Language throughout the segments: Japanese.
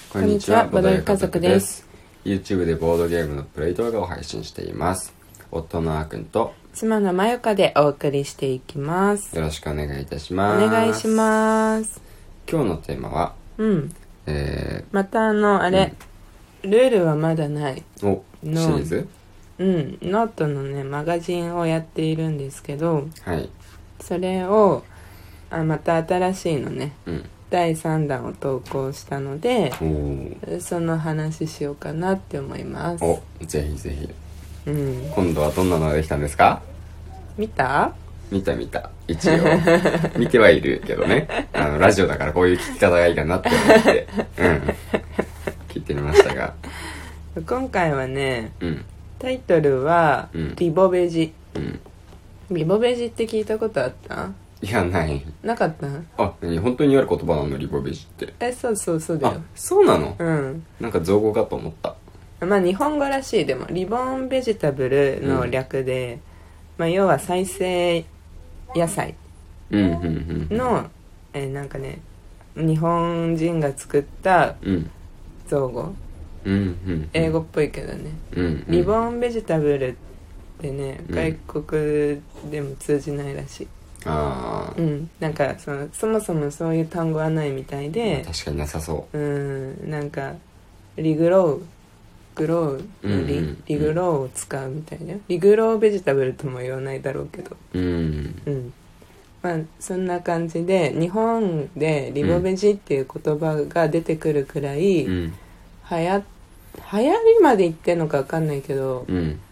こんにちは、ボドゲ家族です。 YouTube でボードゲームのプレイ動画を配信しています。夫のあーくんと妻のまゆかでお送りしていきます。 よろしくお願いいたします。 お願いします。 今日のテーマはまたあれ、ルールはまだないのシリーズノートのねマガジンをやっているんですけど、 はい、 それをまた新しいのね、第3弾を投稿したので、その話しようかなって思います。 ぜひぜひ、今度はどんなのができたんですか？ 見た一応見てはいるけどね、ラジオだからこういう聞き方がいいかなって思って聞いてみましたが、 今回はね、タイトルは、リボベジ、リボベジって聞いたことあった？ いや、ないなかった？ 本当に言われる言葉なの、リボベジって。 そうだよ。 そうなの？なんか造語かと思った。 日本語らしい。でもリボンベジタブルの略で、要は再生野菜の、なんかね、日本人が作った造語、英語っぽいけどね、リボンベジタブルってね、外国でも通じないらしい。なんかそもそもそういう単語はないみたいで、 確かになさそう。 なんかリグローリグローを使うみたいな。リグローベジタブルとも言わないだろうけど、そんな感じで日本でリボベジっていう言葉が出てくるくらい、流行りまでいってんのか分かんないけど、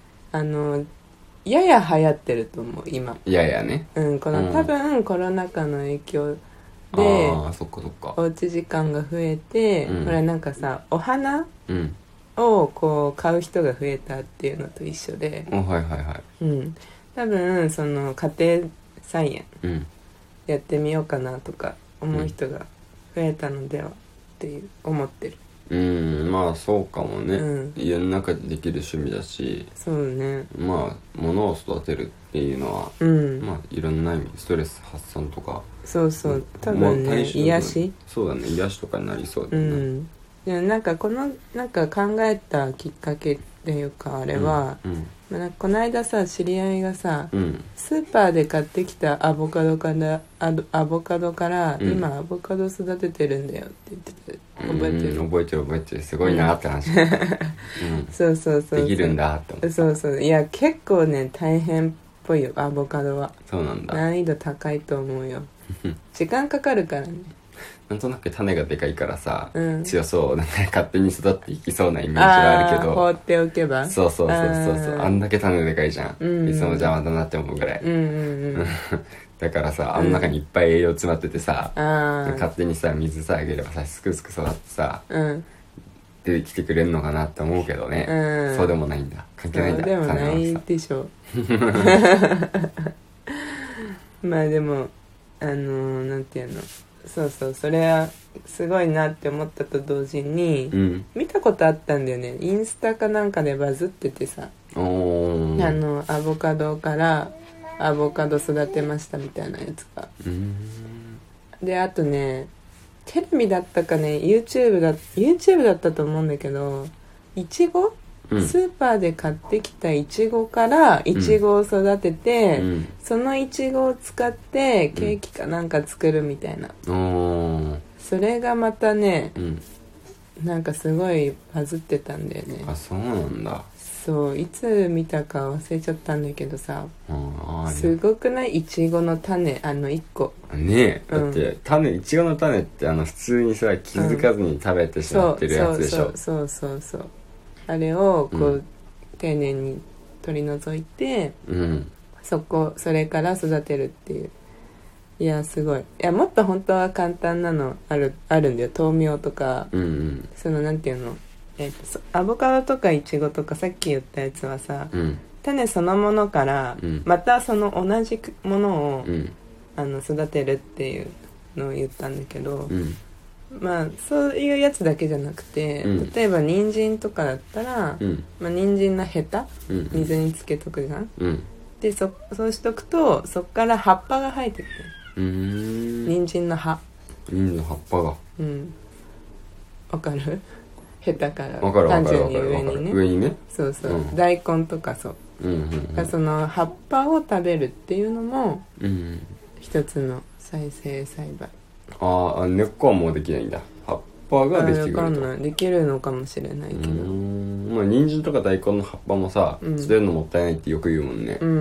やや流行ってると思う今。 ややね。 多分コロナ禍の影響でそっかおうち時間が増えて、ほらなんかさ、お花をこう買う人が増えたっていうのと一緒で、多分その家庭菜園やってみようかなとか思う人が増えたのではっていう思ってる。 そうかもね、家の中でできる趣味だし、 そうね、 物を育てるっていうのは、いろんな意味ストレス発散とか、 多分ね、癒し、 そうだね、癒しとかになりそうだね。 でなんか考えたきっかけっていうか、あれは、この間さ、知り合いがさ、スーパーで買ってきたアボカドから、今アボカド育ててるんだよって言ってて、覚えてるすごいなって話、 そうできるんだって思った。 いや結構ね大変っぽいよ、アボカドは。 そうなんだ。 難易度高いと思うよ時間かかるからね。 なんとなく種がでかいからさ、強そう、なんか勝手に育っていきそうなイメージはあるけど、 放っておけば。 そうあんだけ種でかいじゃん、いつも邪魔だなって思うぐらい、だからさ、あの中にいっぱい栄養詰まっててさ、勝手にさ水さあげればさ、すくすく育ってさ、出てきてくれるのかなって思うけどね、そうでもないんだ。関係ないんだ。 そうでもないでしょでもなんていうの、それはすごいなって思ったと同時に、見たことあったんだよね、インスタかなんかでバズっててさ、アボカドからアボカド育てましたみたいなやつが、であとね、テレビだったかね YouTube だったと思うんだけど、いちご、スーパーで買ってきたいちごからいちごを育てて、そのいちごを使ってケーキかなんか作るみたいな、それがまたね、なんかすごいバズってたんだよね。 そうなんだ。 そう、いつ見たか忘れちゃったんだけどさ、すごくない？いちごの種1個ねえ、だっていちごの種って普通にさ、気づかずに食べてしまってるやつでしょ。 そうあれをこう、丁寧に取り除いて、それから育てるっていう。いやすごい。いやもっと本当は簡単なのあるんだよ。豆苗とか、なんていうの、アボカドとかイチゴとかさっき言ったやつはさ、種そのものから、またその同じものを、育てるっていうのを言ったんだけど、そういうやつだけじゃなくて、例えば人参とかだったら、人参のヘタ、水につけとくじゃん、でそうしとくと、そっから葉っぱが生えてくる。人参の葉葉っぱが、 わかる？ヘタからわかる単純に上にね、 上にね、 そうそう、 うん、 大根とかそう、 うんうんうん、 その葉っぱを食べるっていうのもうん一つの再生栽培。 ああ、根っこはもうできないんだ。葉っぱができてくると。 わかんない、できるのかもしれないけど、 まあ人参とか大根の葉っぱもさ、 うん、 捨てるのもったいないってよく言うもんね。 うん、 うん、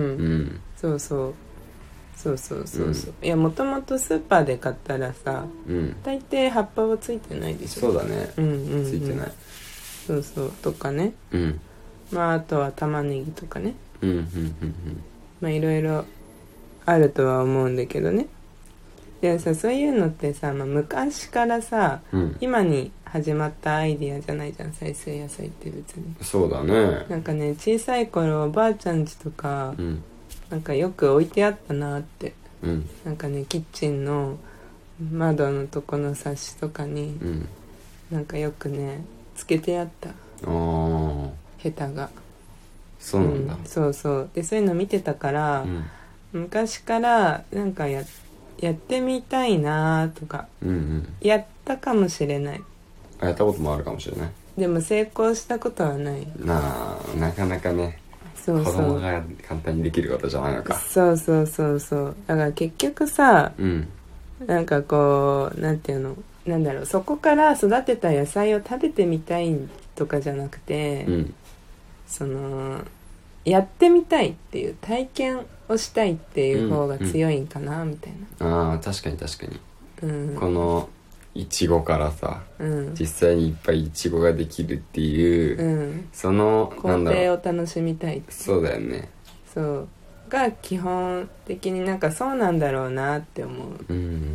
そうそうそうそうそうそう、いやもともとスーパーで買ったらさ、 うん、 大抵葉っぱはついてないでしょ。 そうだね、 うんうんうん、 ついてない。 そうそうとかね、 うん、 まああとは玉ねぎとかね、 うんうんうんうん、 まあいろいろあるとは思うんだけどね。でさ、そういうのってさ、まあ、昔からさ、 うん、 今に始まったアイディアじゃないじゃん、再生野菜って別に。 そうだね。 なんかね、小さい頃おばあちゃん家とか、 うん、 なんかよく置いてあったなって、 うん、 なんかね、キッチンの窓のとこのサッシとかに、 うん、 なんかよくねつけてあった、 ああ、 ヘタが。 そうなんだ。 そうそうで、そういうの見てたから、 うん、 昔からなんかやってみたいなとか、 うんうん、 やったかもしれない。 やったこともあるかもしれない。 でも成功したことはない。 なかなかね、 そうそう、 子供が簡単にできることじゃないのか。 そうそうそうそう、だから結局さ、 うん、 なんかこうなんていうの、なんだろう、そこから育てた野菜を食べてみたいとかじゃなくて、 うん、 そのやってみたいっていう体験をしたいっていう方が強いんかな、みたいああ、確かに確かに。 な、 このいちごからさ、実際にいっぱいいちごができるっていう、その工程を楽しみたい。 そうだよね。 そうが基本的になんかそうなんだろうなって思う。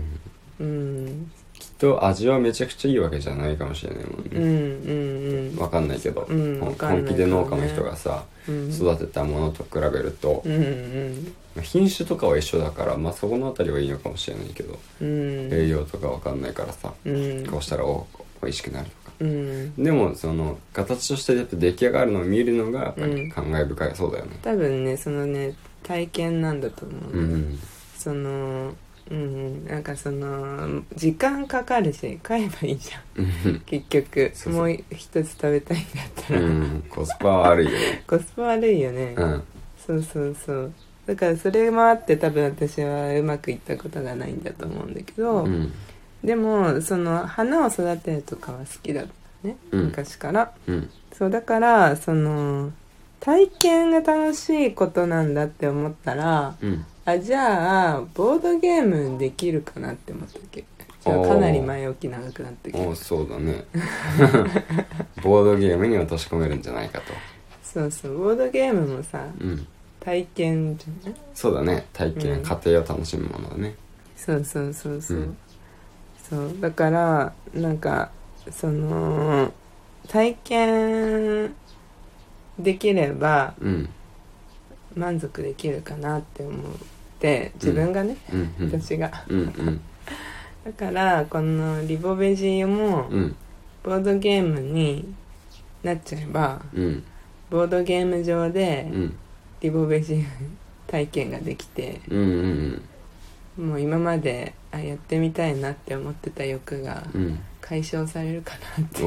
きっと味はめちゃくちゃいいわけじゃないかもしれないもんね。わかんないけど、本気で農家の人がさ、育てたものと比べると、品種とかは一緒だから、まあそこのあたりはいいのかもしれないけど、栄養とかわかんないからさ、こうしたら美味しくなるとか、でもその形としてやっぱ出来上がるのを見るのがやっぱり感慨深い。そうだよね。 多分ね、そのね体験なんだと思う、そのなんかその時間かかるし買えばいいじゃん結局そうもう一つ食べたいんだったら、 コスパ悪いよねコスパ悪いよね、そうそうそう、だからそれもあって多分私はうまくいったことがないんだと思うんだけど、でもその花を育てるとかは好きだったね、昔から、そうだからその体験が楽しいことなんだって思ったら、じゃあボードゲームできるかなって思ったっけ。じゃあかなり前置き長くなったけど、 そうだねボードゲームに落とし込めるんじゃないかと。 そうそう、ボードゲームもさ、体験じゃない。 そうだね、体験、過程を楽しむものだね。 そうそうそうそう、そうだからなんかその体験できれば満足できるかなって思って自分がね、私がだからこのリボベジもボードゲームになっちゃえば、ボードゲーム上でリボベジ体験ができて、もう今までやってみたいなって思ってた欲が解消されるかなっていう、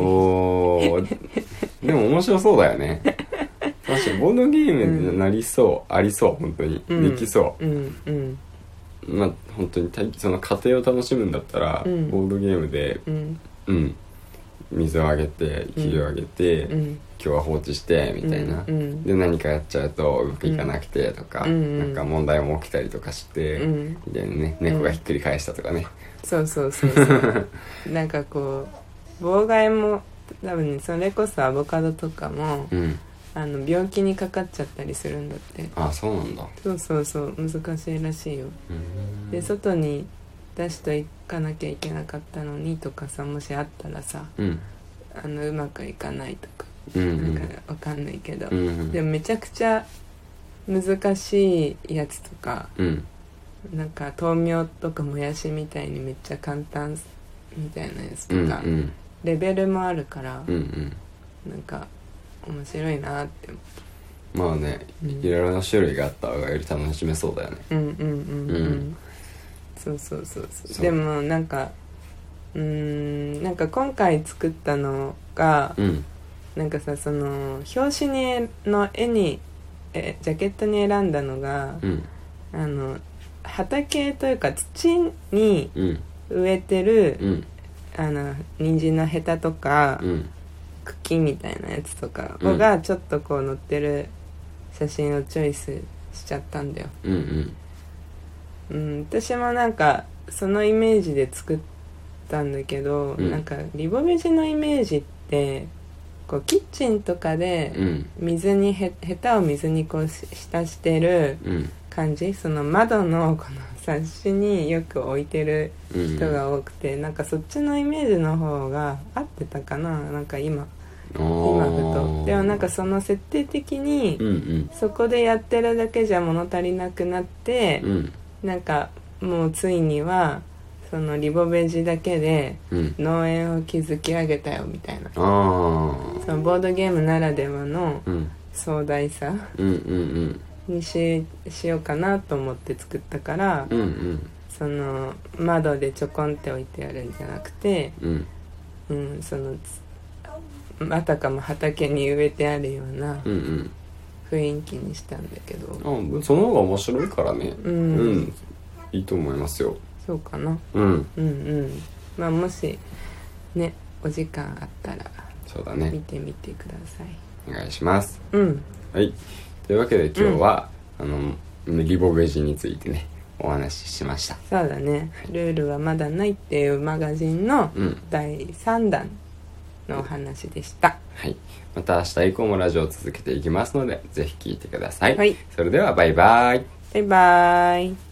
でも面白そうだよね確かにボードゲームになりそう、ありそう、本当に、できそう、まあ本当にその過程を楽しむんだったら、ボードゲームで水をあげて火をあげて、今日は放置してみたいな、で何かやっちゃうとうまくいかなくてとか、なんか問題も起きたりとかして、みたいなね、猫がひっくり返したとかね、 そうそうそうそうなんかこう妨害も多分ね、それこそアボカドとかも、病気にかかっちゃったりするんだって。 そうなんだ。 そうそうそう、難しいらしいよ。で外に出しといかなきゃいけなかったのにとかさ、もしあったらさ、うまくいかないとか、なんかわかんないけど、でもめちゃくちゃ難しいやつとか、なんか豆苗とかもやしみたいにめっちゃ簡単みたいなやつとか、レベルもあるから、なんか面白いなって思う。 まあね、いろいろな種類があった方がより楽しめそうだよね。 そうそうそうそう。でもなんかなんか今回作ったのが、 うん、 なんかさ、その表紙の絵にジャケットに選んだのが、 うん、 畑というか土に植えてる、 うん、 人参のヘタとか、 うん、 茎みたいなやつとかがちょっとこう載ってる写真をチョイスしちゃったんだよ。 うんうん、 私もなんかそのイメージで作ったんだけど、なんかリボベジのイメージってこうキッチンとかで水にヘタを水にこう浸してる感じ、その窓のこのサッシによく置いてる人が多くて、なんかそっちのイメージの方が合ってたかな。なんか今ふとでもなんかその設定的にそこでやってるだけじゃ物足りなくなって、なんかもうついにはそのリボベジだけで農園を築き上げたよみたいな、そのボードゲームならではの壮大さにしようかなと思って作ったから、その窓でちょこんって置いてあるんじゃなくて、そのあたかも畑に植えてあるような雰囲気にしたんだけど、 その方が面白いからね。いいと思いますよ。 そうかな。まあもしねお時間あったらそうだね、 見てみてください。 お願いします。はい、というわけで今日は、リボベジについてねお話ししました。 そうだね、ルールはまだないっていうマガジンの第3弾のお話でした。 はい、また明日以降もラジオを続けていきますのでぜひ聞いてください。 はい、 それではバイバイ。 バイバイ。